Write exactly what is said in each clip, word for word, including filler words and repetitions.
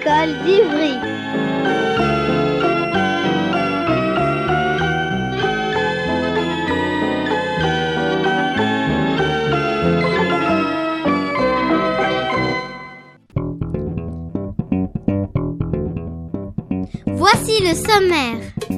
l'école d'Ivry. Voici le sommaire.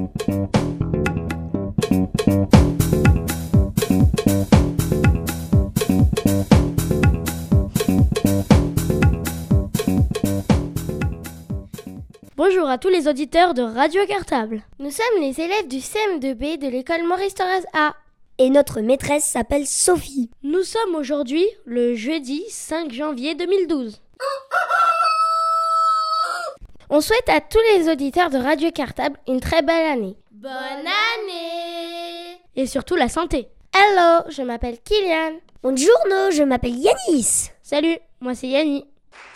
Bonjour à tous les auditeurs de Radio Cartable. Nous sommes les élèves du C M deux B de l'école Maurice Thorez A. Et notre maîtresse s'appelle Sophie. Nous sommes aujourd'hui le jeudi cinq janvier deux mille douze. On souhaite à tous les auditeurs de Radio Cartable une très belle année. Bonne année! Et surtout la santé. Hello, je m'appelle Kylian. Buongiorno, je m'appelle Yanis. Salut, moi c'est Yanni.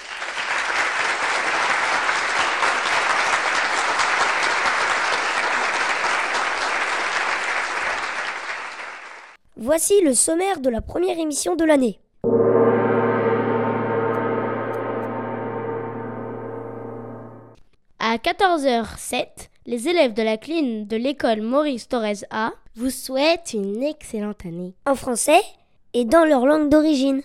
Voici le sommaire de la première émission de l'année. À quatorze heures sept, les élèves de la cline de l'école Maurice Thorez A vous souhaitent une excellente année. En français et dans leur langue d'origine.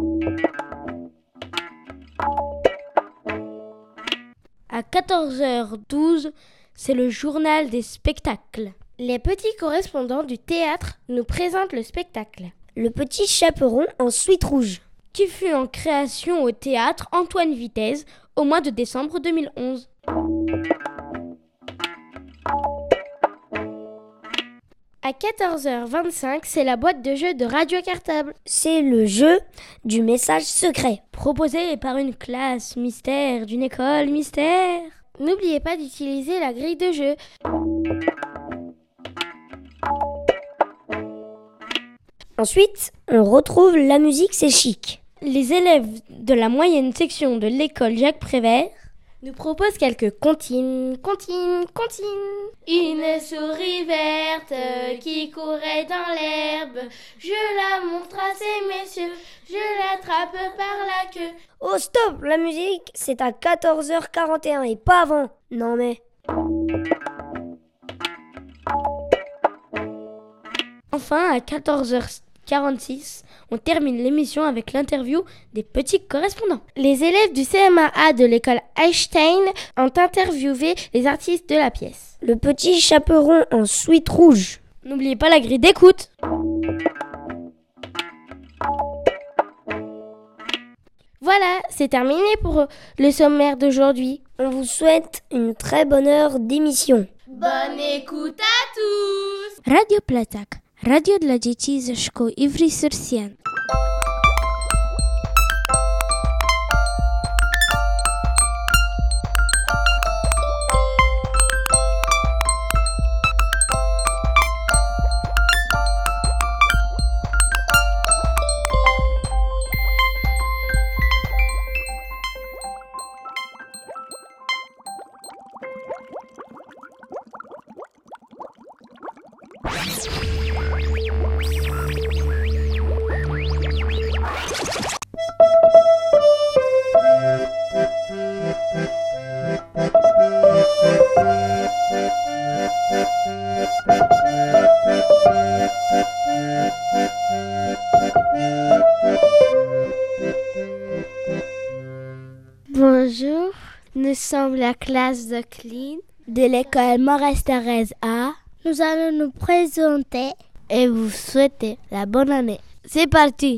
À quatorze heures douze, c'est le journal des spectacles. Les petits correspondants du théâtre nous présentent le spectacle Le petit chaperon en suite rouge, qui fut en création au théâtre Antoine Vitez au mois de décembre deux mille onze. À quatorze heures vingt-cinq, c'est la boîte de jeu de Radio Cartable. C'est le jeu du message secret, proposé par une classe mystère d'une école mystère. N'oubliez pas d'utiliser la grille de jeu. Ensuite, on retrouve La musique c'est chic. Les élèves de la moyenne section de l'école Jacques Prévert nous proposent quelques comptines, comptines, comptines. Une souris verte qui courait dans l'herbe. Je la montre à ces messieurs, je l'attrape par la queue. Oh stop, la musique c'est à quatorze heures quarante et un et pas avant. Non mais... Enfin, à quatorze heures quarante-six, on termine l'émission avec l'interview des petits correspondants. Les élèves du C M A A de l'école Einstein ont interviewé les artistes de la pièce. Le petit chaperon en suite rouge. N'oubliez pas la grille d'écoute. Voilà, c'est terminé pour le sommaire d'aujourd'hui. On vous souhaite une très bonne heure d'émission. Bonne écoute à tous! Radio Platak, radio dla dzieci ze szkół Ivry-sur-Seine. Bonjour, nous sommes la classe de Cline de l'école Maurice Thorez A. Nous allons nous présenter et vous souhaiter la bonne année. C'est parti!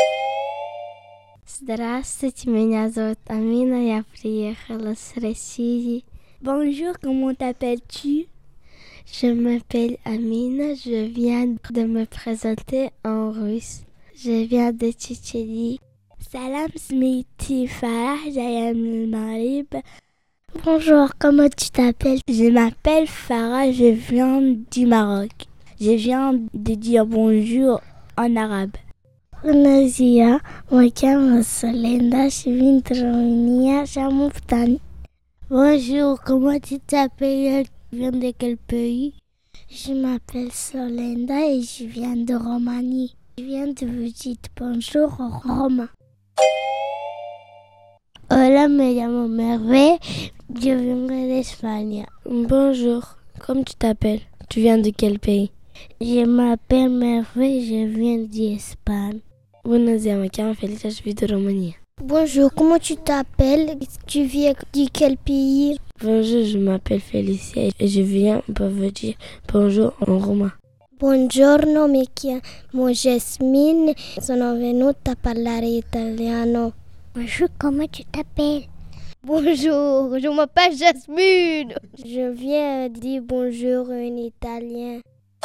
Здравствуйте, меня зовут Амина, я приехала с России. Bonjour, comment t'appelles-tu? Je m'appelle Amina, je viens de me présenter en russe. Je viens de Tchétchénie. Salam smiti Farah, j'aime le Marib. Bonjour, comment tu t'appelles? Je m'appelle Farah, je viens du Maroc. Je viens de dire bonjour en arabe. Nazia, moi Solenda, je viens de Roumanie, Jamouftan. Bonjour, comment tu t'appelles? Tu viens de quel pays? Je m'appelle Solenda et je viens de Roumanie. Je viens de vous dire bonjour au Romain. Hola. Hola, me llamo Merve, je viens d'Espagne. Bonjour, comment tu t'appelles? Tu viens de quel pays? Je m'appelle Merve, je viens d'Espagne. Bună ziua, mă cheamă Felicia și vin de România. Bonjour, comment tu t'appelles? Tu viens de quel pays? Bonjour, je m'appelle Felicia et je viens pour vous dire bonjour en roumain. Buongiorno, mi chiamo Jasmine, sono venuta a parlare italiano. Bonjour, comment tu t'appelles? Bonjour, je m'appelle Jasmine. Je viens dire bonjour en italien.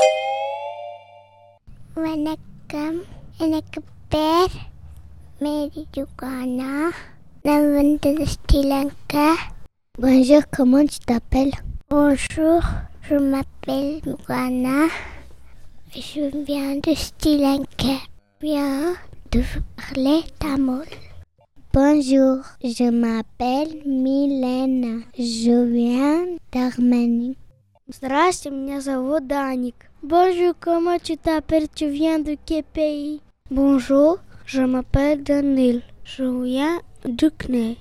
Vanakkam, எனக்கு பேர் மேரி ஜுகானா. நான் வந்து ஸ்ரீலங்கா. Bonjour, comment tu t'appelles? Bonjour, je m'appelle Juana. Je viens de Sri Lanka. Je viens de vous parler tamil. Bonjour, je m'appelle Milena. Je viens d'Arménie. Здравствуйте, меня зовут Даник. Bonjour, comment tu t'appelles? Tu viens de quel pays? Bonjour, je m'appelle Daniel. Je viens d'Ukraine.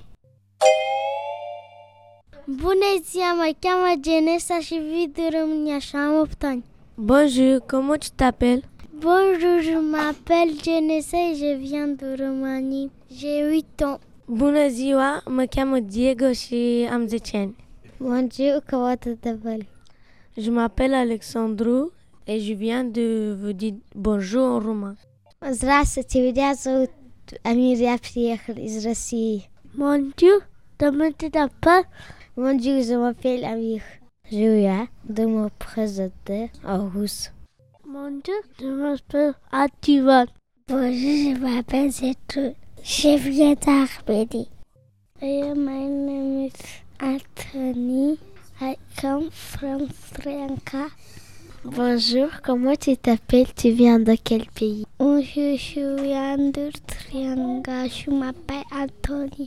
Bună ziua, mă cheamă Genesa și vin de România și am opt ani. Bonjour, comment tu t'appelles? Bonjour, je m'appelle Genesa et je viens de Roumanie. J'ai huit ans. Bună ziua, mă cheamă Diego și am zece ani. Bonjour, comment tu t'appelles? Je m'appelle Alexandru et je viens de vous dire bonjour en roumain. Здравствуйте, меня зовут Амир, я приехал из России. Bonjour, comment tu t'appelles? Bonjour, je m'appelle Amir. Je viens de me présenter en russe. Bonjour, je m'appelle Ativan. Bonjour, je m'appelle Zetou. Je viens d'Arménie. My name is Anthony. I come from Sri Lanka. Bonjour, comment tu t'appelles? Tu viens de quel pays? Bonjour, je viens de Sri Lanka. Je m'appelle Anthony.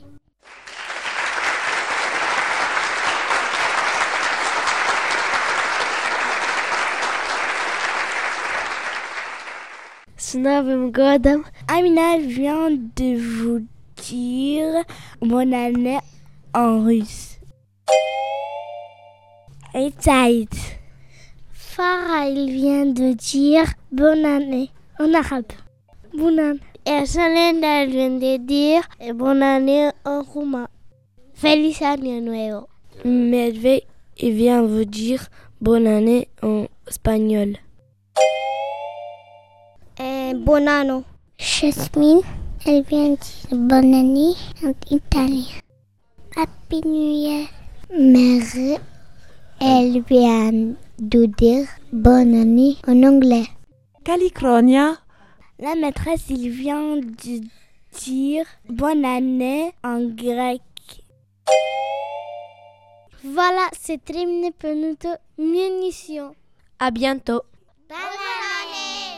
С Новым годом! Amina vient de vous dire bonne année en russe. Eid. Farah, il vient de dire bonne année en arabe. Bonne année. Et Selena, elle vient de dire bonne année en roumain. Feliz año nuevo. Medved, il vient vous dire bonne année en espagnol. Eh, bon anno. Jasmine, elle vient de dire bonne année en italien. Happy New Year. Mère, elle vient de dire bonne année en anglais. Calicronia. La maîtresse, il vient de dire bonne année en grec. Voilà, c'est terminé pour notre émission. À bientôt. Bonne année.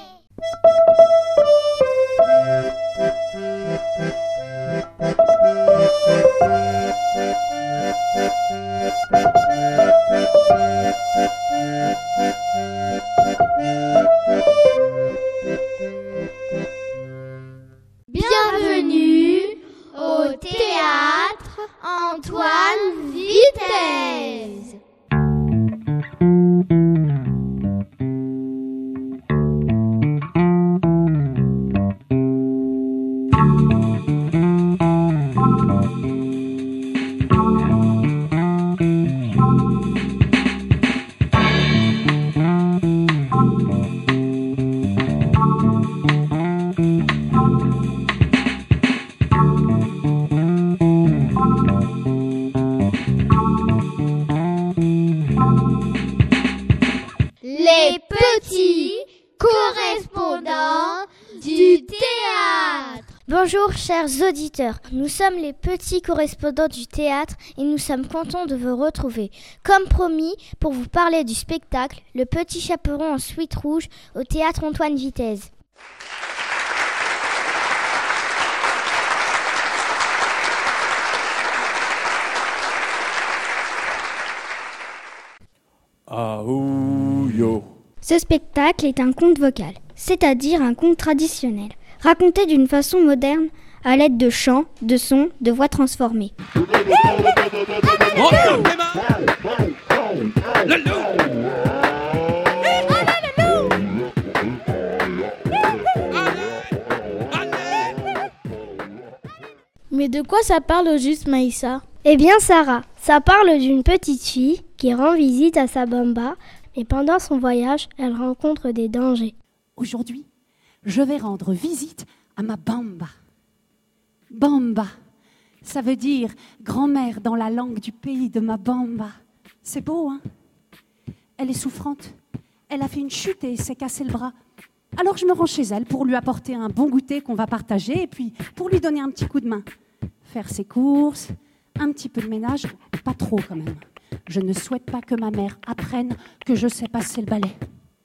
Bienvenue au théâtre Antoine Vitesse. Les petits correspondants du théâtre. Bonjour chers auditeurs, nous sommes les petits correspondants du théâtre et nous sommes contents de vous retrouver. Comme promis, pour vous parler du spectacle Le Petit Chaperon en suite rouge au théâtre Antoine Vitesse. Ahouyo. Ce spectacle est un conte vocal, c'est-à-dire un conte traditionnel, raconté d'une façon moderne à l'aide de chants, de sons, de voix transformées. Monte les mains. Le loup. Mais de quoi ça parle au juste, Maïssa? Eh bien, Sarah, ça parle d'une petite fille qui rend visite à sa bamba, mais pendant son voyage, elle rencontre des dangers. Aujourd'hui, je vais rendre visite à ma bamba. Bamba, ça veut dire grand-mère dans la langue du pays de ma bamba. C'est beau, hein? Elle est souffrante. Elle a fait une chute et s'est cassé le bras. Alors je me rends chez elle pour lui apporter un bon goûter qu'on va partager et puis pour lui donner un petit coup de main. Faire ses courses, un petit peu de ménage, pas trop quand même. Je ne souhaite pas que ma mère apprenne que je sais passer le balai.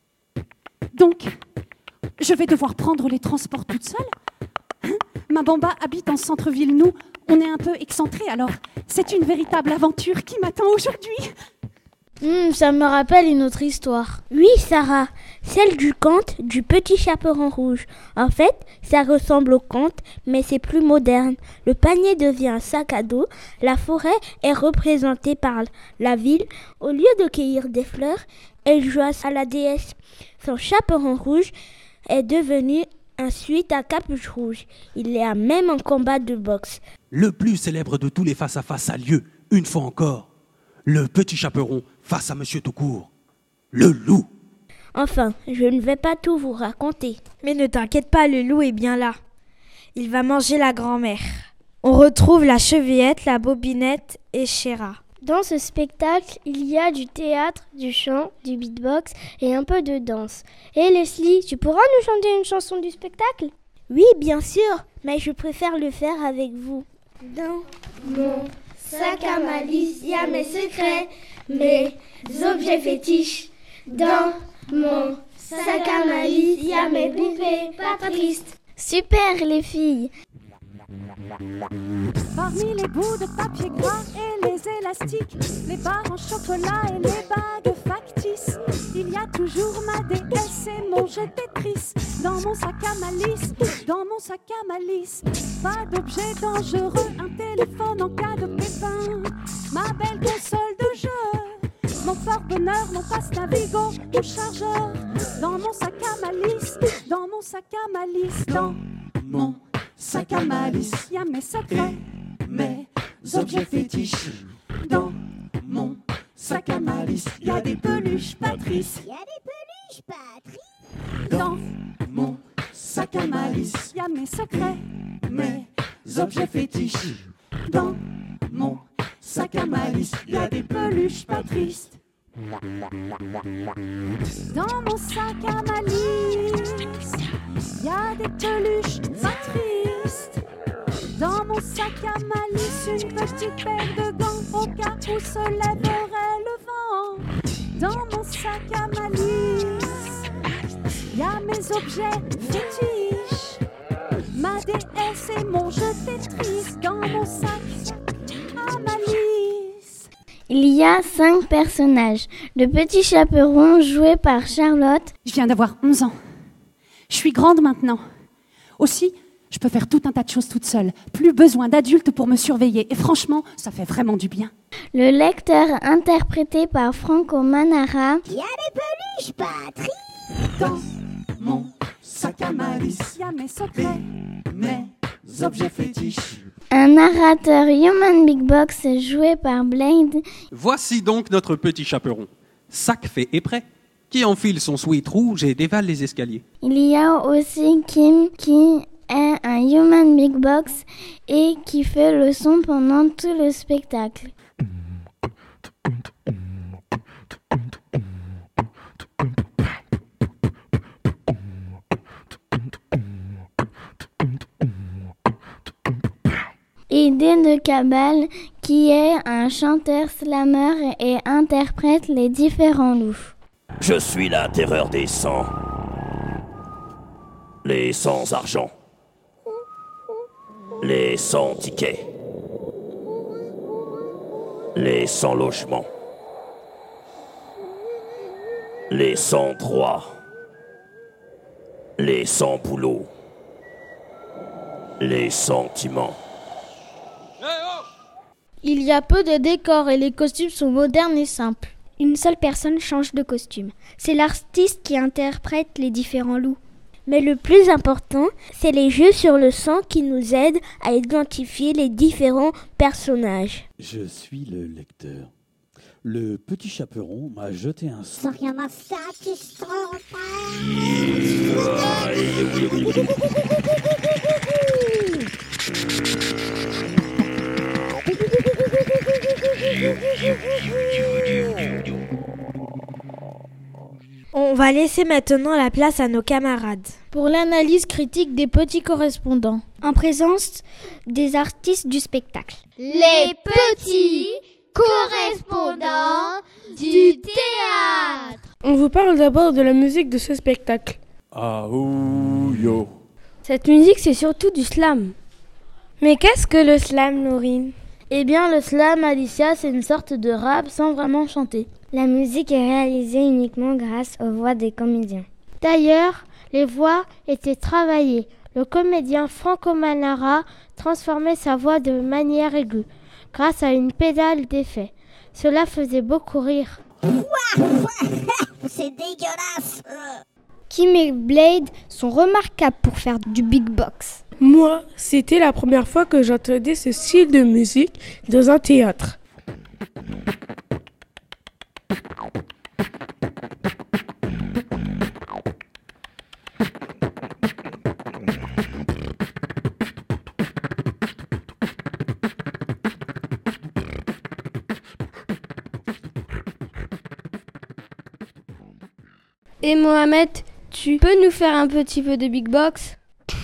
Donc, je vais devoir prendre les transports toute seule. Hein? Ma bamba habite en centre-ville, nous, on est un peu excentrés, alors c'est une véritable aventure qui m'attend aujourd'hui. Mmh, ça me rappelle une autre histoire. Oui, Sarah, celle du conte du petit chaperon rouge. En fait, ça ressemble au conte, mais c'est plus moderne. Le panier devient un sac à dos. La forêt est représentée par la ville. Au lieu de cueillir des fleurs, elle joue à la déesse. Son chaperon rouge est devenu ensuite un capuche rouge. Il est à même un combat de boxe. Le plus célèbre de tous les face-à-face a lieu, une fois encore. Le petit chaperon face à Monsieur Toucourt, le loup. Enfin, je ne vais pas tout vous raconter. Mais ne t'inquiète pas, le loup est bien là. Il va manger la grand-mère. On retrouve la chevillette, la bobinette et Chéra. Dans ce spectacle, il y a du théâtre, du chant, du beatbox et un peu de danse. Et Leslie, tu pourras nous chanter une chanson du spectacle? Oui, bien sûr, mais je préfère le faire avec vous. Dans mon sac à malice, il y a mes secrets, mes objets fétiches. Dans mon sac à malice, il y a mes poupées pas tristes. Super les filles! Parmi les bouts de papier gras et les élastiques, les barres en chocolat et les bagues factices, il y a toujours ma déesse et mon jet Tetris. Dans mon sac à malice, dans mon sac à malice, pas d'objet dangereux, un téléphone en cas de pépin, ma belle console de jeu, mon porte-bonheur, mon passe-navigo, mon chargeur. Dans mon sac à malice, dans mon sac à malice, dans mon sac à malice, il y a mes secrets, mes objets fétiches. Dans mon sac à malice, il y a des peluches Patrice. Il y a des peluches Patrice. Dans mon sac à malice, il y a mes secrets, mes objets fétiches. Dans mon sac à malice, il y a des peluches Patrice. Dans mon sac à malice, il y a des peluches pas tristes. Dans mon sac à malice, une petite paire de gants au cas où se lèverait le vent. Dans mon sac à malice, il y a mes objets fétiches, ma déesse et mon jeu Tetris. Dans mon sac à malice, il y a cinq personnages. Le petit chaperon joué par Charlotte. Je viens d'avoir onze ans. Je suis grande maintenant. Aussi, je peux faire tout un tas de choses toute seule. Plus besoin d'adultes pour me surveiller. Et franchement, ça fait vraiment du bien. Le lecteur interprété par Franco Manara. Il y a des peluches Patrice. Dans mon sac à malice, il y a mes secrets, mes objets fétiches. Un narrateur Human Big Box joué par Blade. Voici donc notre petit chaperon. Sac fait et prêt, qui enfile son sweat rouge et dévale les escaliers. Il y a aussi Kim qui est un Human Big Box et qui fait le son pendant tout le spectacle. Et Dé de Cabal qui est un chanteur slammer et interprète les différents loups. Je suis la terreur des sans. Les sans argent. Les sans tickets. Les sans logement. Les sans droit. Les sans boulot. Les sentiments. Il y a peu de décors et les costumes sont modernes et simples. Une seule personne change de costume. C'est l'artiste qui interprète les différents loups. Mais le plus important, c'est les jeux sur le son qui nous aident à identifier les différents personnages. Je suis le lecteur. Le petit chaperon m'a jeté un sort. On va laisser maintenant la place à nos camarades. Pour l'analyse critique des petits correspondants. En présence des artistes du spectacle. Les petits correspondants du théâtre. On vous parle d'abord de la musique de ce spectacle. Ah ouh yo. Cette musique, c'est surtout du slam. Mais qu'est-ce que le slam, Laurine ? Eh bien, le slam, Alicia, c'est une sorte de rap sans vraiment chanter. La musique est réalisée uniquement grâce aux voix des comédiens. D'ailleurs, les voix étaient travaillées. Le comédien Franco Manara transformait sa voix de manière aiguë, grâce à une pédale d'effet. Cela faisait beaucoup rire. C'est dégueulasse. Kim et Blade sont remarquables pour faire du big box. Moi, c'était la première fois que j'entendais ce style de musique dans un théâtre. Et Mohamed, tu peux nous faire un petit peu de big box ?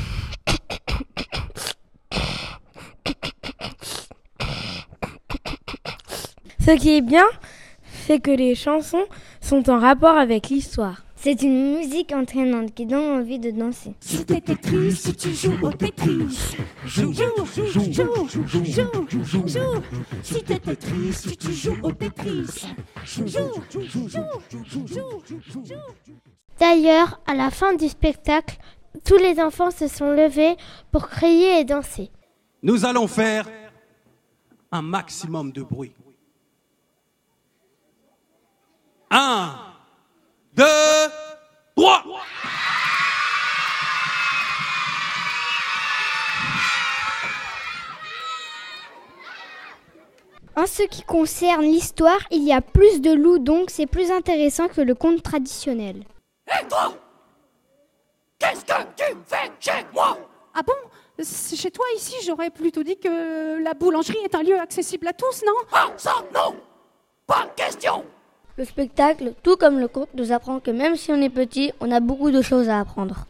Ce qui est bien, c'est que les chansons sont en rapport avec l'histoire. C'est une musique entraînante qui donne envie de danser. Si t'étais triste, si tu joues au Tetris, joue, joue, joue, joue, joue, joue, joue. Si t'étais triste, si tu joues au Tetris, joue, joue, joue, joue, joue. D'ailleurs, à la fin du spectacle, tous les enfants se sont levés pour crier et danser. Nous allons faire un maximum de bruit. Un, deux, trois. En ce qui concerne l'histoire, il y a plus de loups, donc c'est plus intéressant que le conte traditionnel. Hé toi! Qu'est-ce que tu fais chez moi? Ah bon? C'est chez toi ici, j'aurais plutôt dit que la boulangerie est un lieu accessible à tous, non? Ah, ça, non! Pas de question! Le spectacle, tout comme le conte, nous apprend que même si on est petit, on a beaucoup de choses à apprendre.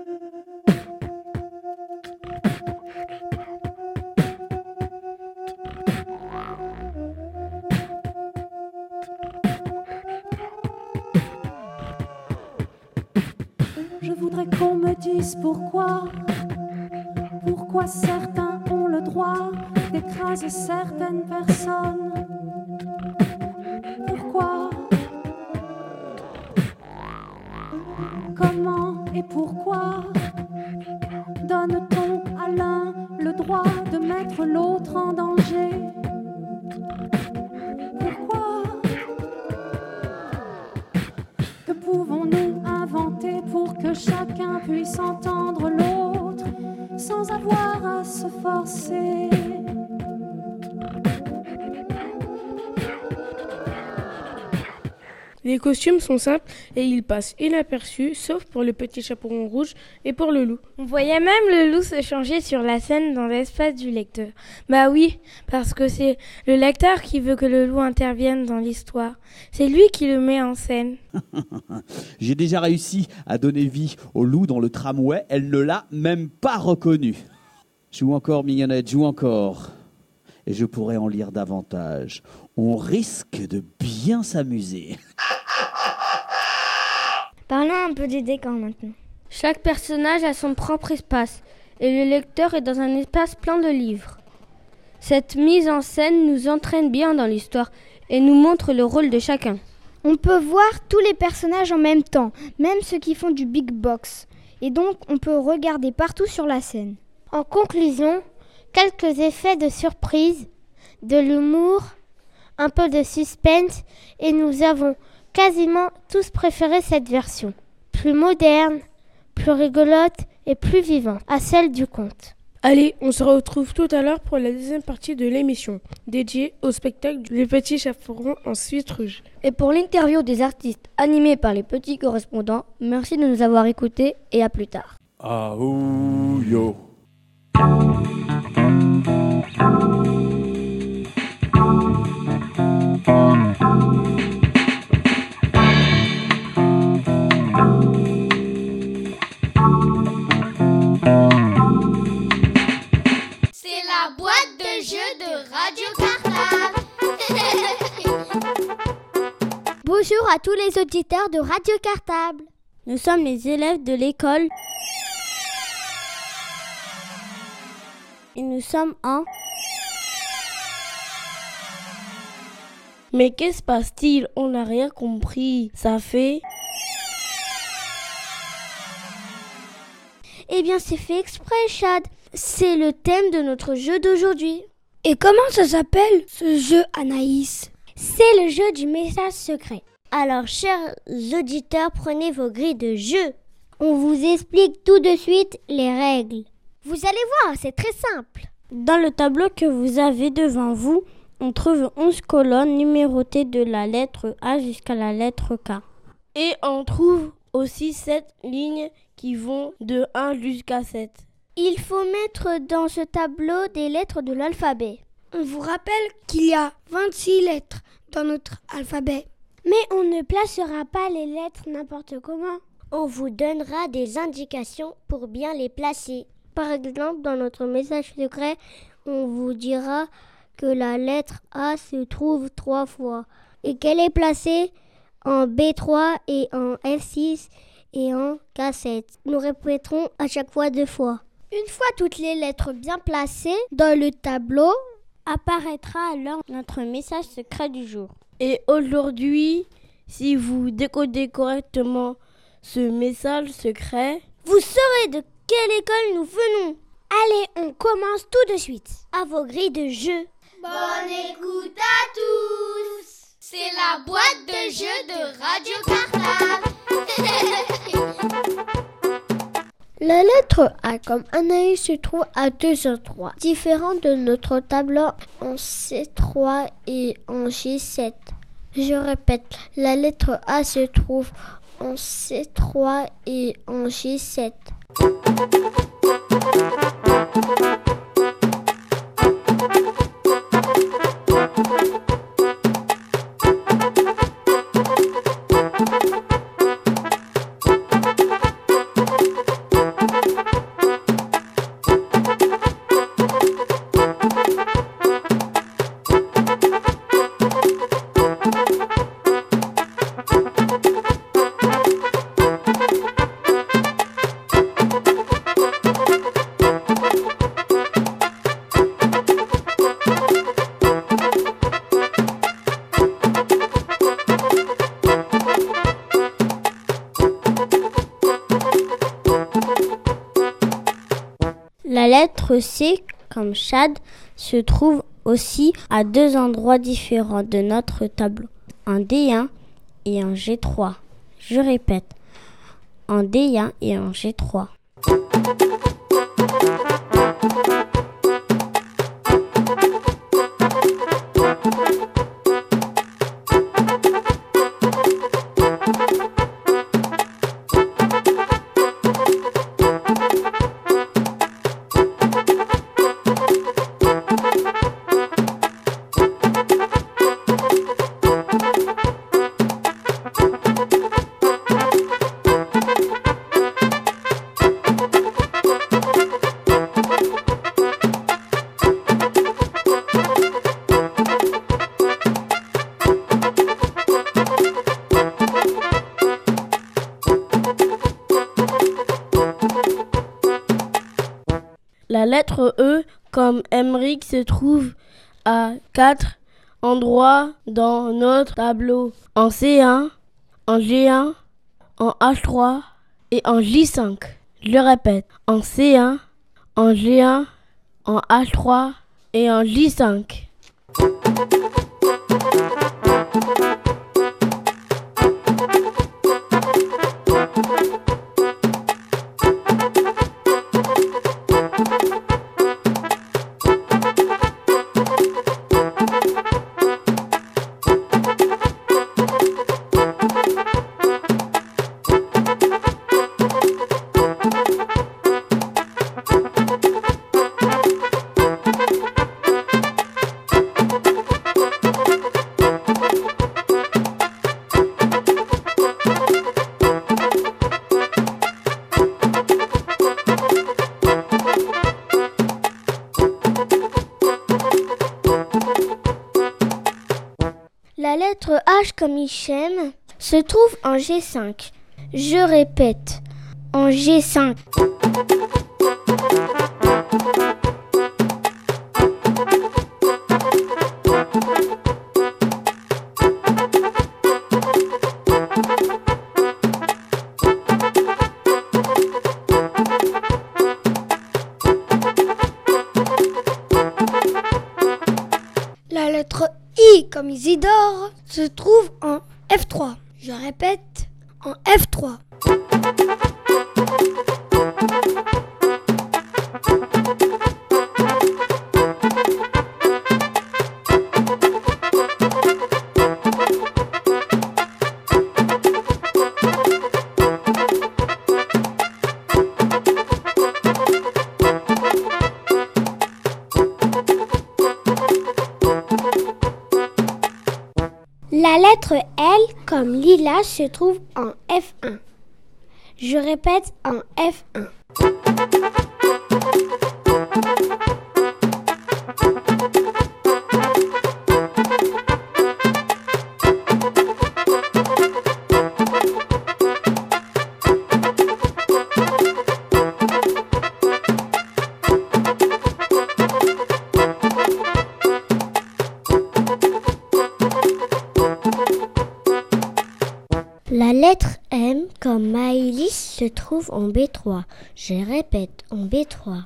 Je voudrais qu'on me dise pourquoi, pourquoi certains ont le droit d'écraser certaines personnes. Pourquoi, comment et pourquoi donne-t-on à l'un le droit de mettre l'autre en danger? Pourquoi? Que pouvons-nous inventer pour que chacun puisse entendre l'autre sans avoir à se forcer? Les costumes sont simples et ils passent inaperçus, sauf pour le petit chaperon rouge et pour le loup. On voyait même le loup se changer sur la scène dans l'espace du lecteur. Bah oui, parce que c'est le lecteur qui veut que le loup intervienne dans l'histoire. C'est lui qui le met en scène. J'ai déjà réussi à donner vie au loup dans le tramway. Elle ne l'a même pas reconnu. Joue encore, mignonnette, joue encore. Et je pourrais en lire davantage. On risque de bien s'amuser. Parlons un peu des décors maintenant. Chaque personnage a son propre espace et le lecteur est dans un espace plein de livres. Cette mise en scène nous entraîne bien dans l'histoire et nous montre le rôle de chacun. On peut voir tous les personnages en même temps, même ceux qui font du big box. Et donc, on peut regarder partout sur la scène. En conclusion, quelques effets de surprise. de l'humour, un peu de suspense et nous avons quasiment tous préféré cette version. Plus moderne, plus rigolote et plus vivante à celle du conte. Allez, on se retrouve tout à l'heure pour la deuxième partie de l'émission, dédiée au spectacle Les Petits Chaperons en Suisse Rouge. Et pour l'interview des artistes animés par les petits correspondants, merci de nous avoir écoutés et à plus tard. Ah ouh yo. C'est la boîte de jeux de Radio Cartable. Bonjour à tous les auditeurs de Radio Cartable. Nous sommes les élèves de l'école et nous sommes en... Mais qu'est-ce qui se passe-t-il? On n'a rien compris. Ça fait... Eh bien, c'est fait exprès, Chad. C'est le thème de notre jeu d'aujourd'hui. Et comment ça s'appelle, ce jeu, Anaïs? C'est le jeu du message secret. Alors, chers auditeurs, prenez vos grilles de jeu. On vous explique tout de suite les règles. Vous allez voir, c'est très simple. Dans le tableau que vous avez devant vous, on trouve onze colonnes numérotées de la lettre A jusqu'à la lettre K. Et on trouve aussi sept lignes qui vont de un jusqu'à sept. Il faut mettre dans ce tableau des lettres de l'alphabet. On vous rappelle qu'il y a vingt-six lettres dans notre alphabet. Mais on ne placera pas les lettres n'importe comment. On vous donnera des indications pour bien les placer. Par exemple, dans notre message secret, on vous dira que la lettre A se trouve trois fois et qu'elle est placée en B trois et en F six et en K sept. Nous répéterons à chaque fois deux fois. Une fois toutes les lettres bien placées dans le tableau, apparaîtra alors notre message secret du jour. Et aujourd'hui, si vous décodez correctement ce message secret, vous saurez de quelle école nous venons. Allez, on commence tout de suite. À vos grilles de jeu. Bonne écoute à tous. C'est la boîte de jeu de Radio Cartable. La lettre A comme Anaïs se trouve à deux endroits différents de notre tableau en C trois et en G sept. Je répète, la lettre A se trouve en C trois et en G sept. La lettre C, comme Chad, se trouve aussi à deux endroits différents de notre tableau, en D un et en G trois. Je répète, en D un et en G trois. La lettre E, comme Emmerich, se trouve à quatre endroits dans notre tableau. En C un, en G un, en H trois et en J cinq. Je répète, en C un, en G un, en H trois et en J cinq. La lettre H comme Hichem se trouve en G cinq. Je répète, en G cinq. La lettre I comme Isidore se trouve en F trois. Je répète, en F trois. La lettre L comme Lila se trouve en F un. Je répète, en F un. La lettre M comme Maëlys se trouve en B trois. Je répète, en B trois.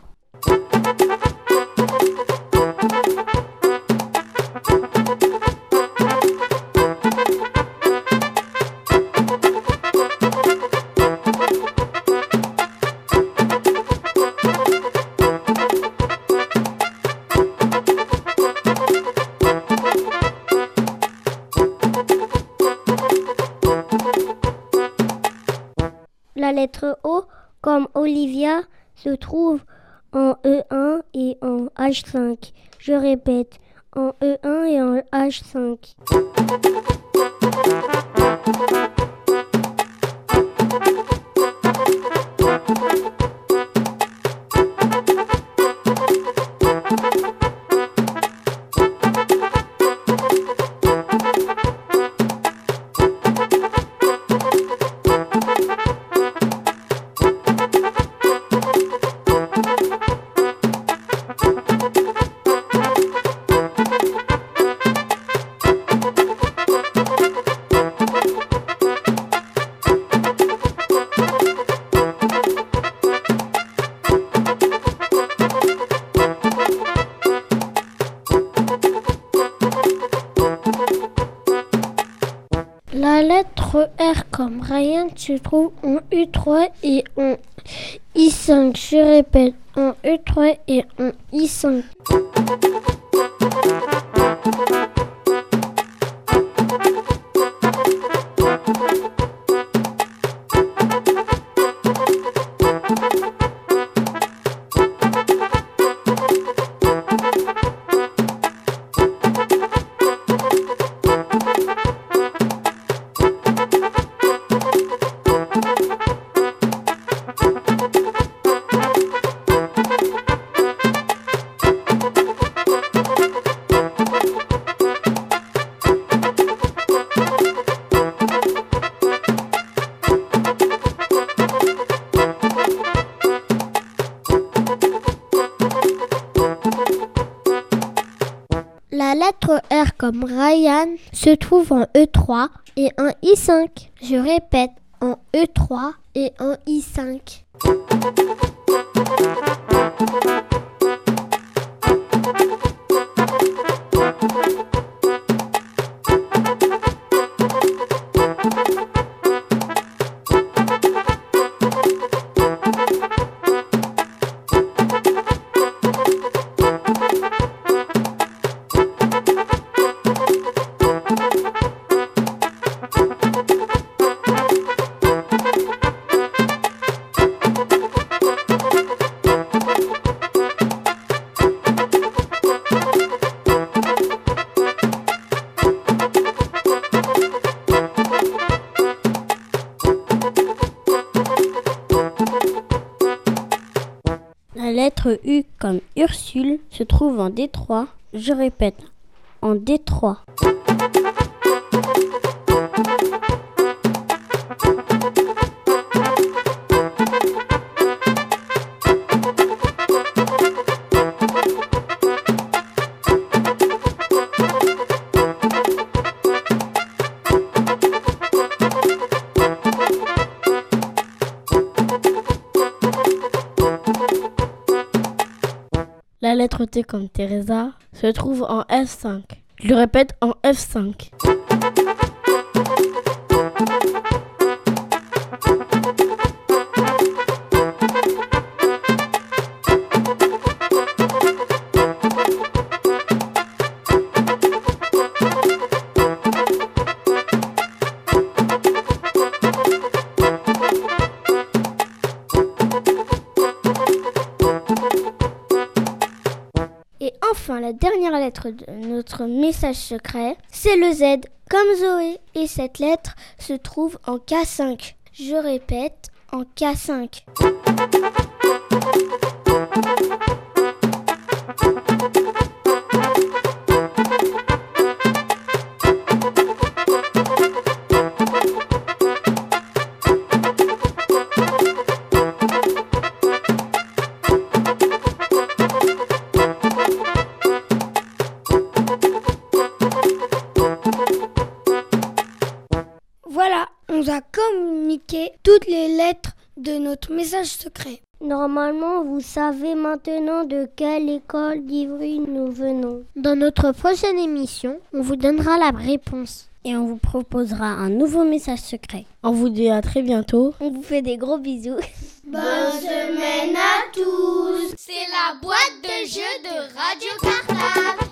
La lettre O comme Olivia se trouve en E un et en H cinq. Je répète, en E un et en H cinq. La lettre R comme Ryan se trouve en U trois et en I cinq. Je répète, en U trois et en I cinq. La lettre R comme Ryan se trouve en E trois et en I cinq. Je répète, en E trois et en I cinq. lettre U comme Ursule se trouve en Détroit. Je répète, en Détroit. La lettre T comme Teresa se trouve en F cinq. Je le répète, en F cinq. Et enfin, la dernière lettre de notre message secret, c'est le Z, comme Zoé. Et cette lettre se trouve en K cinq. Je répète, en K cinq. Voilà, on a communiqué toutes les lettres de notre message secret. Normalement, vous savez maintenant de quelle école d'Ivry nous venons. Dans notre prochaine émission, on vous donnera la réponse. Et on vous proposera un nouveau message secret. On vous dit à très bientôt. On vous fait des gros bisous. Bonne semaine à tous. C'est la boîte de jeux de Radio Cartable.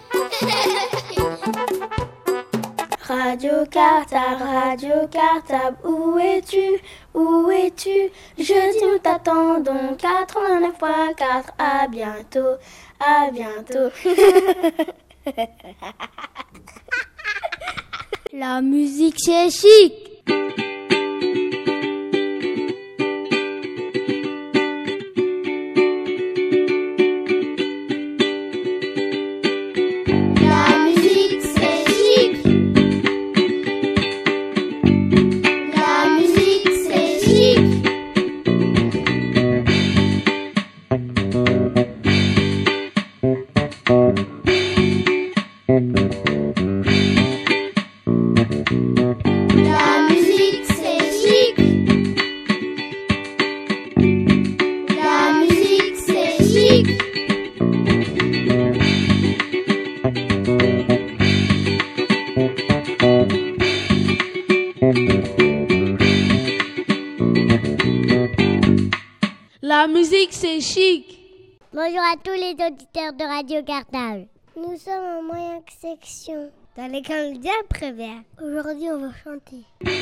Radio Cartable, Radio Cartable, où es-tu? Où es-tu? Jeudi nous t'attendons, quatre-vingt-neuf point quatre, à bientôt, à bientôt. La musique c'est chic. La musique, c'est chic. Bonjour à tous les auditeurs de Radio Cartable. Nous sommes en moyenne section dans l'école Jean Prévert. Aujourd'hui, on va chanter.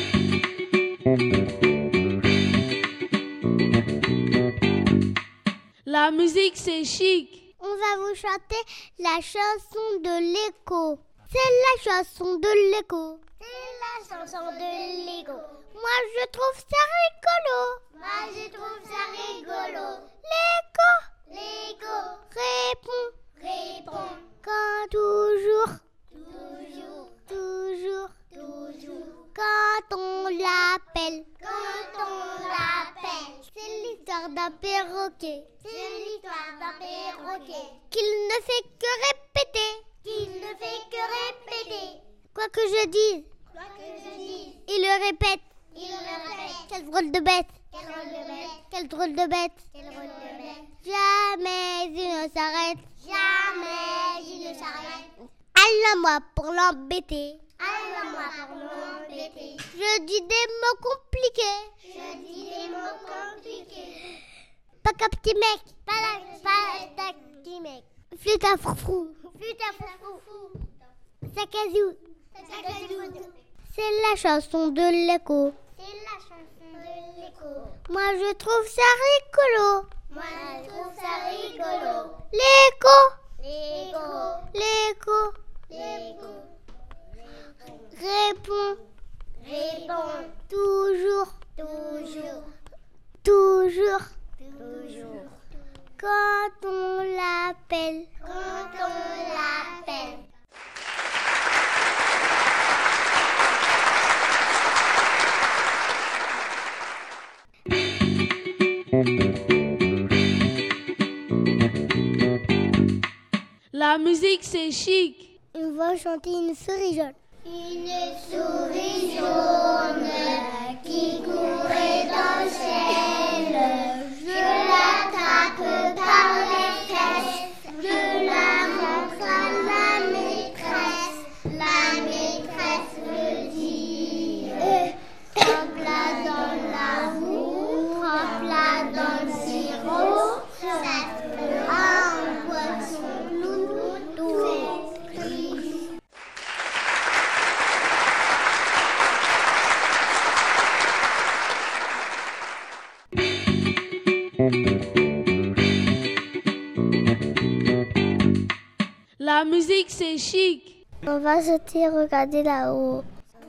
La musique, c'est chic. On va vous chanter la chanson de l'écho. C'est la chanson de l'écho. C'est la chanson de l'écho. Moi, je trouve ça rigolo. Moi, je trouve ça rigolo. L'écho, l'écho, répond, répond. Quand toujours, toujours, toujours, toujours. Quand on l'appelle, quand on l'appelle. C'est l'histoire d'un perroquet. C'est l'histoire d'un perroquet. Qu'il ne fait que répéter. Qu'il ne fait que répéter. Quoi que je dise, quoi que je dise. Il le répète. Il le répète. Quelle drôle de bête. Quelle drôle de bête. Quelle drôle de bête. Quelle drôle de bête. Jamais il ne s'arrête. Jamais il ne s'arrête. Allons-moi pour l'embêter. Allons-moi pour l'embêter. Je dis des mots compliqués. Je dis des mots compliqués. Pas qu'un petit mec. Pas la, pas un petit mec. Flûte à froufrou. Flûte à froufrou. Sacazou. Sacazou. C'est la chanson de l'écho. C'est la chanson de l'écho. Moi je trouve ça rigolo. Moi je trouve ça rigolo. L'écho. L'écho. L'écho. L'écho. Réponds. Réponds. Toujours. Toujours. Toujours. Toujours. Quand on c'est chic. On va chanter une souris jaune. Une souris jaune qui courait dans le ciel. Je l'attrape par les fesses, je la montre à la maîtresse. La maîtresse me dit trempe-la dans la roue, trempe-la dans le sirop. Ça te fera un poisson loulou tout triste. La musique, c'est chic. On va sauter, regarder là-haut.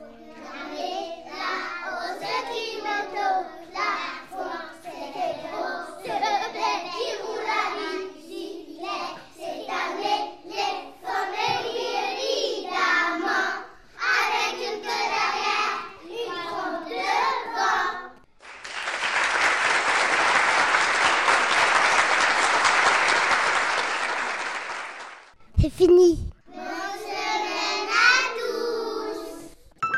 C'est fini. Bonne semaine à tous.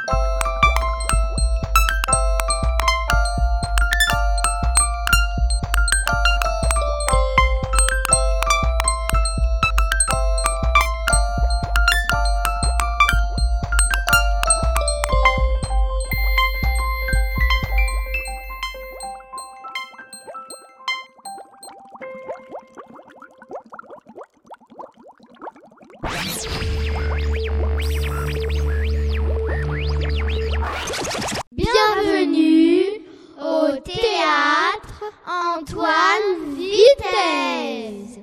Bienvenue au théâtre Antoine Vitesse.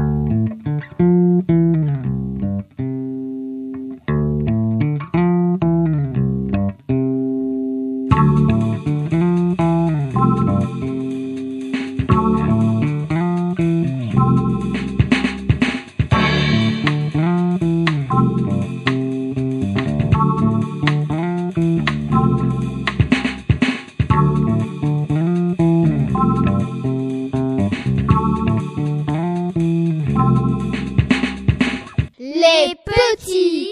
Les petits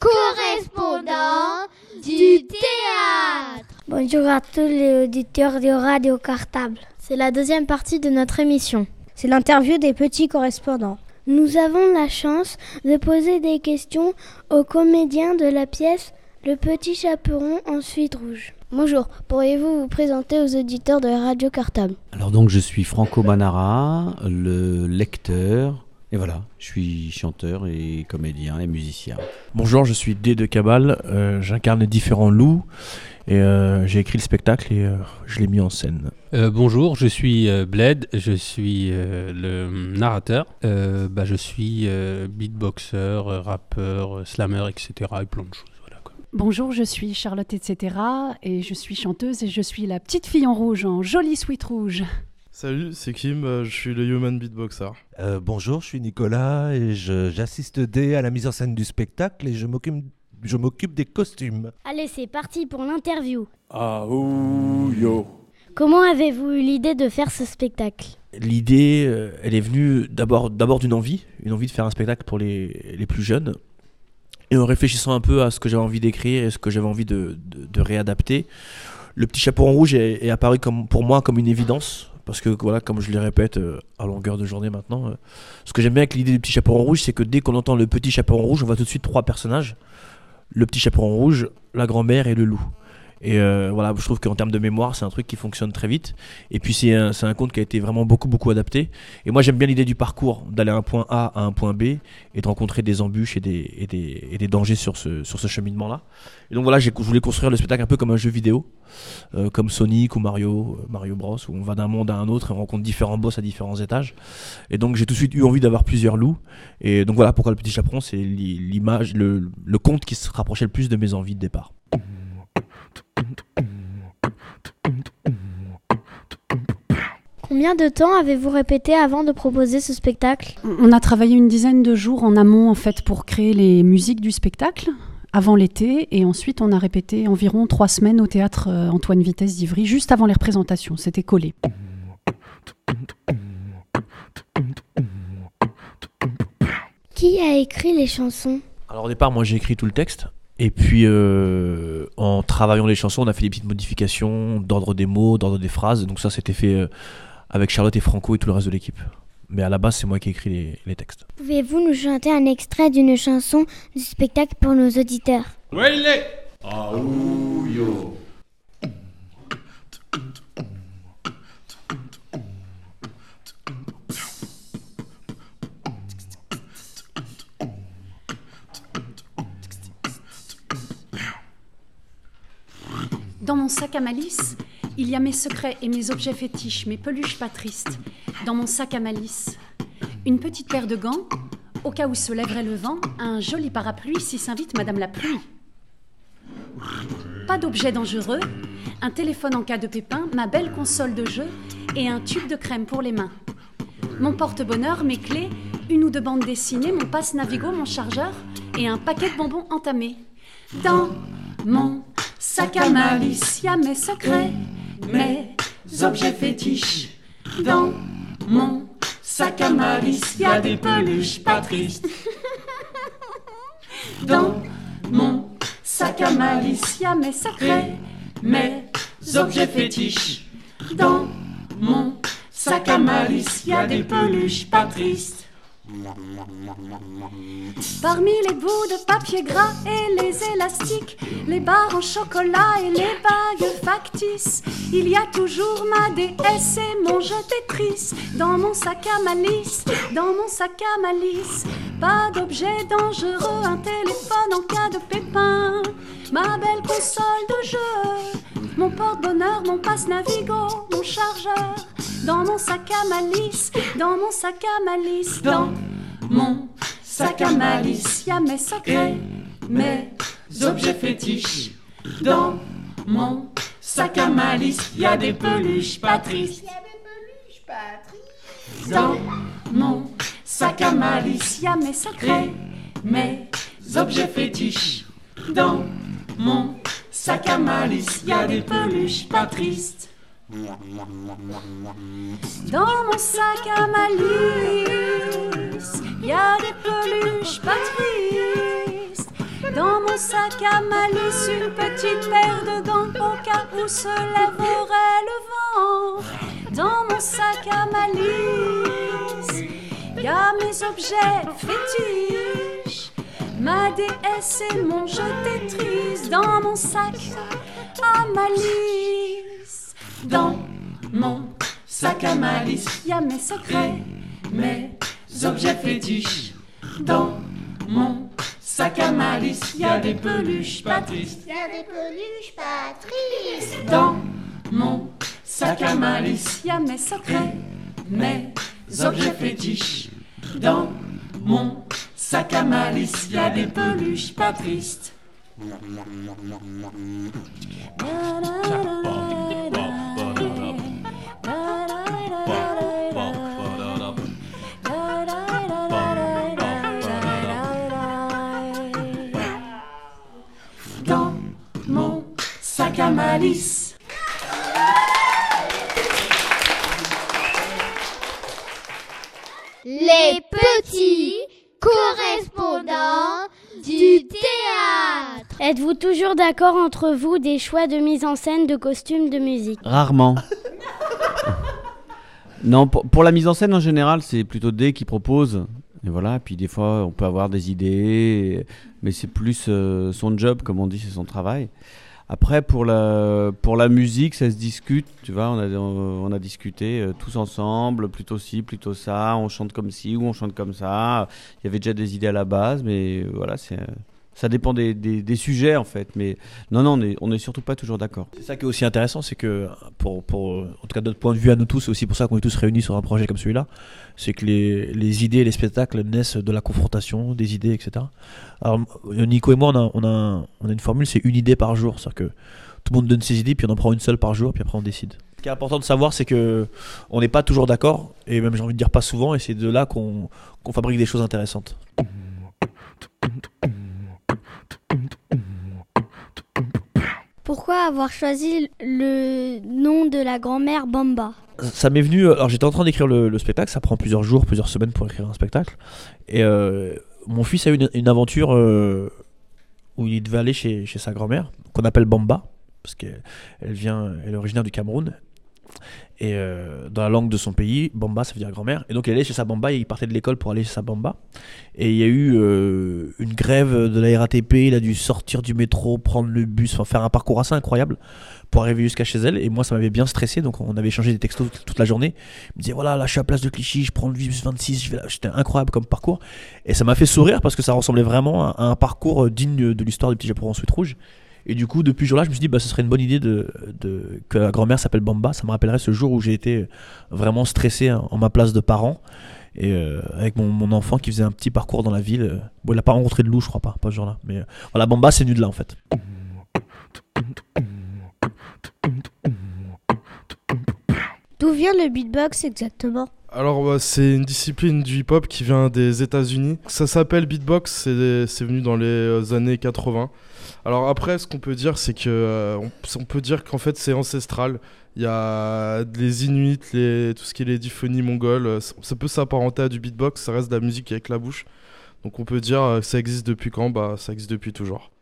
correspondants du théâtre. Bonjour à tous les auditeurs de Radio Cartable. C'est la deuxième partie de notre émission. C'est l'interview des petits correspondants. Nous avons la chance de poser des questions aux comédiens de la pièce Le Petit Chaperon en Suite Rouge. Bonjour, pourriez-vous vous présenter aux auditeurs de Radio Cartable? Alors donc je suis Franco Manara, le lecteur, et voilà, je suis chanteur et comédien et musicien. Bonjour, je suis D de Cabal, euh, j'incarne les différents loups et euh, j'ai écrit le spectacle et euh, je l'ai mis en scène. Euh, bonjour, je suis euh, Bled, je suis euh, le narrateur, euh, bah, je suis euh, beatboxer, euh, rappeur, euh, slammer, et cetera et plein de choses. Bonjour, je suis Charlotte, et cetera. Et je suis chanteuse et je suis la petite fille en rouge, en jolie suite rouge. Salut, c'est Kim, euh, je suis le Human Beatboxer. Euh, bonjour, je suis Nicolas et je, j'assiste D à la mise en scène du spectacle et je m'occupe, je m'occupe des costumes. Allez, c'est parti pour l'interview. Ah ouh yo. Comment avez-vous eu l'idée de faire ce spectacle? L'idée, euh, elle est venue d'abord, d'abord d'une envie, une envie de faire un spectacle pour les, les plus jeunes. Et en réfléchissant un peu à ce que j'avais envie d'écrire et ce que j'avais envie de, de, de réadapter, Le Petit Chaperon Rouge est, est apparu comme, pour moi comme une évidence. Parce que, voilà, comme je le répète euh, à longueur de journée maintenant, euh, ce que j'aime bien avec l'idée du Petit Chaperon Rouge, c'est que dès qu'on entend le Petit Chaperon Rouge, on voit tout de suite trois personnages. Le Petit Chaperon Rouge, la grand-mère et le loup. Et euh, voilà, je trouve qu'en termes de mémoire, c'est un truc qui fonctionne très vite. Et puis c'est un, c'est un conte qui a été vraiment beaucoup, beaucoup adapté. Et moi, j'aime bien l'idée du parcours, d'aller à un point A à un point B et de rencontrer des embûches et des, et des, et des dangers sur ce, sur ce cheminement-là. Et donc voilà, j'ai, je voulais construire le spectacle un peu comme un jeu vidéo, euh, comme Sonic ou Mario, euh, Mario Bros, où on va d'un monde à un autre et on rencontre différents boss à différents étages. Et donc j'ai tout de suite eu envie d'avoir plusieurs loups. Et donc voilà pourquoi Le Petit Chaperon, c'est l'image, le, le conte qui se rapprochait le plus de mes envies de départ. Combien de temps avez-vous répété avant de proposer ce spectacle? On a travaillé une dizaine de jours en amont en fait pour créer les musiques du spectacle avant l'été et ensuite on a répété environ trois semaines au théâtre Antoine Vitesse d'Ivry juste avant les représentations, c'était collé. Qui a écrit les chansons? Alors au départ, moi j'ai écrit tout le texte. Et puis euh, en travaillant les chansons, on a fait des petites modifications d'ordre des mots, d'ordre des phrases. Donc ça, c'était fait euh, avec Charlotte et Franco et tout le reste de l'équipe. Mais à la base, c'est moi qui ai écrit les, les textes. Pouvez-vous nous chanter un extrait d'une chanson du spectacle pour nos auditeurs? Ouais, il est. Ah, ouh, yo. Dans mon sac à malice, il y a mes secrets et mes objets fétiches, mes peluches pas tristes. Dans mon sac à malice, une petite paire de gants, au cas où se lèverait le vent, un joli parapluie si s'invite Madame la pluie. Pas d'objets dangereux, un téléphone en cas de pépin, ma belle console de jeu et un tube de crème pour les mains. Mon porte-bonheur, mes clés, une ou deux bandes dessinées, mon passe Navigo, mon chargeur et un paquet de bonbons entamés. Dans mon sac à malice, y a mes secrets, mes objets fétiches. Dans mon sac à malice, y a des peluches pas tristes. Dans mon sac à malice, y a mes secrets, mes objets fétiches. Dans mon sac à malice, y a des peluches pas tristes. Parmi les bouts de papier gras et les élastiques, les barres en chocolat et les bagues factices, il y a toujours ma déesse et mon jeu Tetris. Dans mon sac à malice, dans mon sac à malice, pas d'objet dangereux, un téléphone en cas de pépin, ma belle console de jeu, mon porte-bonheur, mon passe Navigo, mon chargeur. Dans mon sac à malice, dans mon sac à malice, dans mon sac à malice, y a mes secrets, mes objets fétiches. Dans mon sac à malice, y a des peluches pas tristes. Dans mon sac à malice, y a mes secrets, mes objets fétiches. Dans mon sac à malice, y a des peluches pas tristes. Dans mon sac à malice, y a des peluches pas tristes. Dans mon sac à malice, une petite paire de gants au cas où se lèverait le vent. Dans mon sac à malice, y a mes objets fétiches, ma déesse et mon jeu Tetris. Dans mon sac à malice, dans mon sac à malice, y a mes secrets, mes objets fétiches. Dans mon sac à malice, y a des peluches pas tristes. Y a des peluches pas tristes. Dans mon sac à malice, y a mes secrets, mes objets fétiches. Dans mon sac à malice, y a des peluches pas tristes. Dans mon sac à malice. Les petits correspondants du théâtre. Êtes-vous toujours d'accord entre vous des choix de mise en scène de costumes de musique? Rarement. Non, pour, pour la mise en scène en général, c'est plutôt D qui propose. Et voilà, puis des fois on peut avoir des idées, mais c'est plus euh, son job, comme on dit, c'est son travail. Après, pour la, pour la musique, ça se discute, tu vois, on a, on a discuté euh, tous ensemble, plutôt ci, plutôt ça, on chante comme ci ou on chante comme ça. Il y avait déjà des idées à la base, mais euh, voilà, c'est, euh, ça dépend des, des, des sujets en fait. Mais non, non, on est, on est surtout pas toujours d'accord. C'est ça qui est aussi intéressant, c'est que, pour, pour, en tout cas de notre point de vue à nous tous, c'est aussi pour ça qu'on est tous réunis sur un projet comme celui-là, c'est que les, les idées et les spectacles naissent de la confrontation, des idées, et cetera. Alors Nico et moi, on a, on a, on a une formule, c'est une idée par jour, c'est-à-dire que tout le monde donne ses idées, puis on en prend une seule par jour, puis après on décide. Ce qui est important de savoir, c'est que on n'est pas toujours d'accord, et même j'ai envie de dire pas souvent, et c'est de là qu'on, qu'on fabrique des choses intéressantes. Pourquoi avoir choisi le nom de la grand-mère Bamba? Ça m'est venu, alors j'étais en train d'écrire le, le spectacle, ça prend plusieurs jours, plusieurs semaines pour écrire un spectacle, et euh, mon fils a eu une, une aventure euh, où il devait aller chez, chez sa grand-mère, qu'on appelle Bamba, parce qu'elle elle vient, elle est originaire du Cameroun. Et euh, dans la langue de son pays, Bamba ça veut dire grand-mère. Et donc il allait chez sa Bamba et il partait de l'école pour aller chez sa Bamba. Et il y a eu euh, une grève de la R A T P, il a dû sortir du métro, prendre le bus, enfin faire un parcours assez incroyable pour arriver jusqu'à chez elle. Et moi ça m'avait bien stressé, donc on avait échangé des textos toute, toute la journée. Il me disait voilà, là je suis à Place de Clichy, je prends le bus vingt-six, je vais là. C'était incroyable comme parcours. Et ça m'a fait sourire parce que ça ressemblait vraiment à, à un parcours digne de l'histoire du Petit Chaperon en Suite Rouge. Et du coup, depuis ce jour-là, je me suis dit, bah, ce serait une bonne idée de, de, que la grand-mère s'appelle Bamba. Ça me rappellerait ce jour où j'ai été vraiment stressé en ma place de parent. Et euh, avec mon, mon enfant qui faisait un petit parcours dans la ville. Bon, il n'a pas rencontré de loup, je crois pas, pas ce jour-là. Mais euh, voilà, Bamba, c'est venu de là, en fait. D'où vient le beatbox exactement ? Alors bah, c'est une discipline du hip-hop qui vient des États-Unis. Ça s'appelle beatbox, c'est, c'est venu dans les années quatre-vingts. Alors après, ce qu'on peut dire, c'est que euh, on, on peut dire qu'en fait c'est ancestral. Il y a les Inuits, les, tout ce qui est les diphonies mongoles. Ça peut s'apparenter à du beatbox, ça reste de la musique avec la bouche. Donc on peut dire que ça existe depuis quand ? Bah ça existe depuis toujours.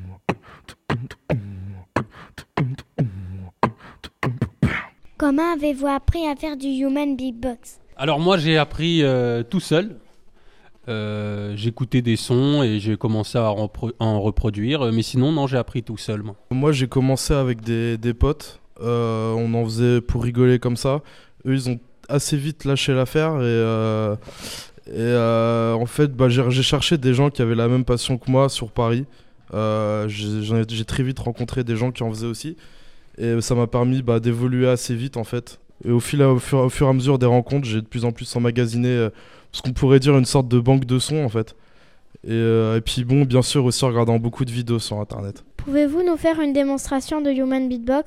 Comment avez-vous appris à faire du human beatbox ? Alors moi j'ai appris euh, tout seul. Euh, j'écoutais des sons et j'ai commencé à repro- en reproduire. Mais sinon non, j'ai appris tout seul. Moi, moi j'ai commencé avec des, des potes. Euh, on en faisait pour rigoler comme ça. Eux ils ont assez vite lâché l'affaire et, euh, et euh, en fait bah, j'ai, j'ai cherché des gens qui avaient la même passion que moi sur Paris. Euh, j'ai, j'ai très vite rencontré des gens qui en faisaient aussi. Et ça m'a permis bah, d'évoluer assez vite en fait. Et au, fil, au, fur, au fur et à mesure des rencontres, j'ai de plus en plus emmagasiné euh, ce qu'on pourrait dire une sorte de banque de sons en fait. Et, euh, et puis bon, bien sûr aussi en regardant beaucoup de vidéos sur internet. Pouvez-vous nous faire une démonstration de human beatbox ?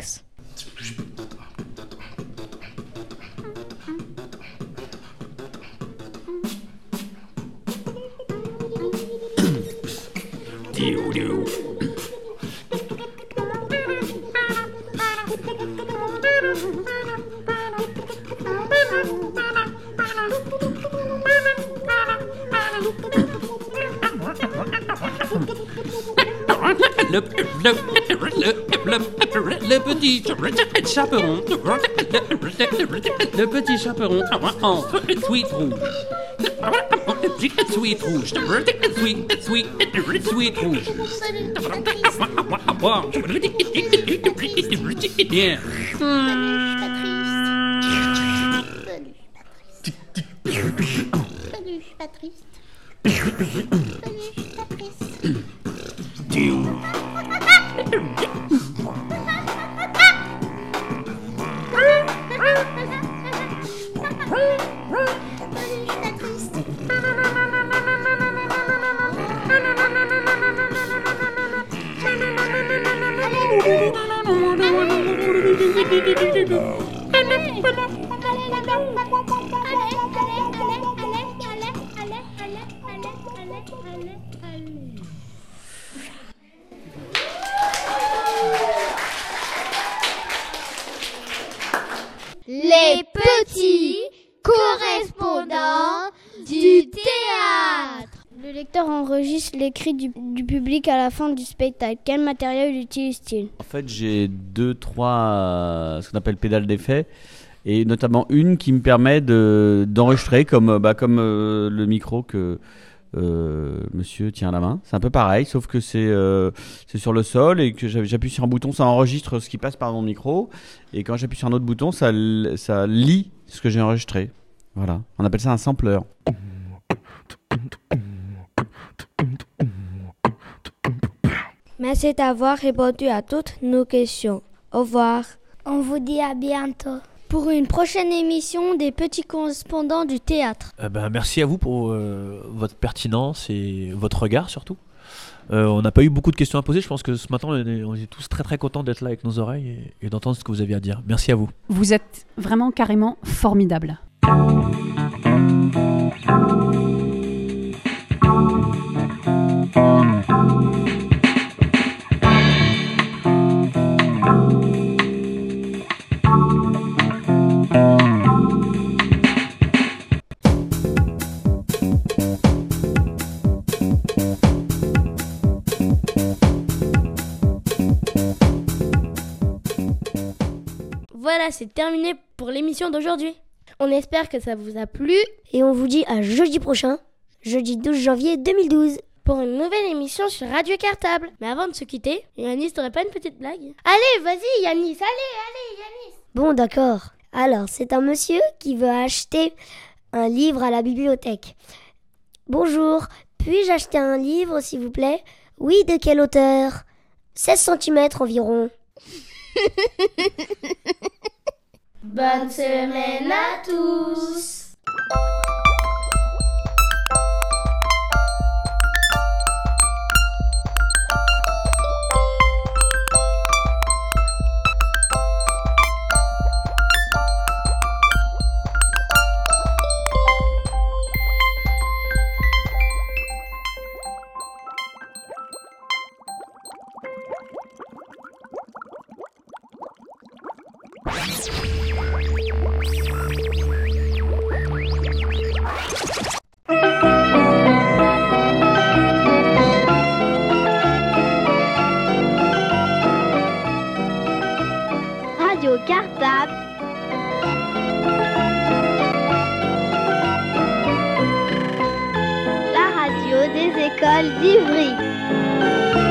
Le, le, le, le, le petit chaperon, le petit chaperon en sweet rouge. Sweet rouge, sweet, sweet, sweet rouge. Yeah. Les petits correspondants du théâtre. Le lecteur enregistre les cris du, du public à la fin du spectacle. Quel matériel utilise-t-il ? En fait, j'ai deux, trois, euh, ce qu'on appelle pédales d'effet, et notamment une qui me permet de, d'enregistrer comme, bah, comme euh, le micro que euh, monsieur tient à la main. C'est un peu pareil, sauf que c'est, euh, c'est sur le sol et que j'appuie sur un bouton, ça enregistre ce qui passe par mon micro, et quand j'appuie sur un autre bouton, ça, ça lit ce que j'ai enregistré. Voilà, on appelle ça un sampler. Merci d'avoir répondu à toutes nos questions. Au revoir. On vous dit à bientôt. Pour une prochaine émission des petits correspondants du théâtre. Euh, ben, merci à vous pour euh, votre pertinence et votre regard surtout. Euh, on n'a pas eu beaucoup de questions à poser. Je pense que ce matin, on est, on est tous très très contents d'être là avec nos oreilles et, et d'entendre ce que vous aviez à dire. Merci à vous. Vous êtes vraiment carrément formidables. voilà, c'est terminé pour l'émission d'aujourd'hui. On espère que ça vous a plu. Et on vous dit à jeudi prochain, jeudi douze janvier deux mille douze. Pour une nouvelle émission sur Radio Cartable. Mais avant de se quitter, Yanis, t'aurais pas une petite blague? Allez, vas-y Yanis, allez, allez Yanis. Bon, d'accord. Alors, c'est un monsieur qui veut acheter un livre à la bibliothèque. Bonjour, puis-je acheter un livre, s'il vous plaît? Oui, de quelle hauteur? seize centimètres environ. Bonne semaine à tous. Radio Cartable. La radio des écoles d'Ivry.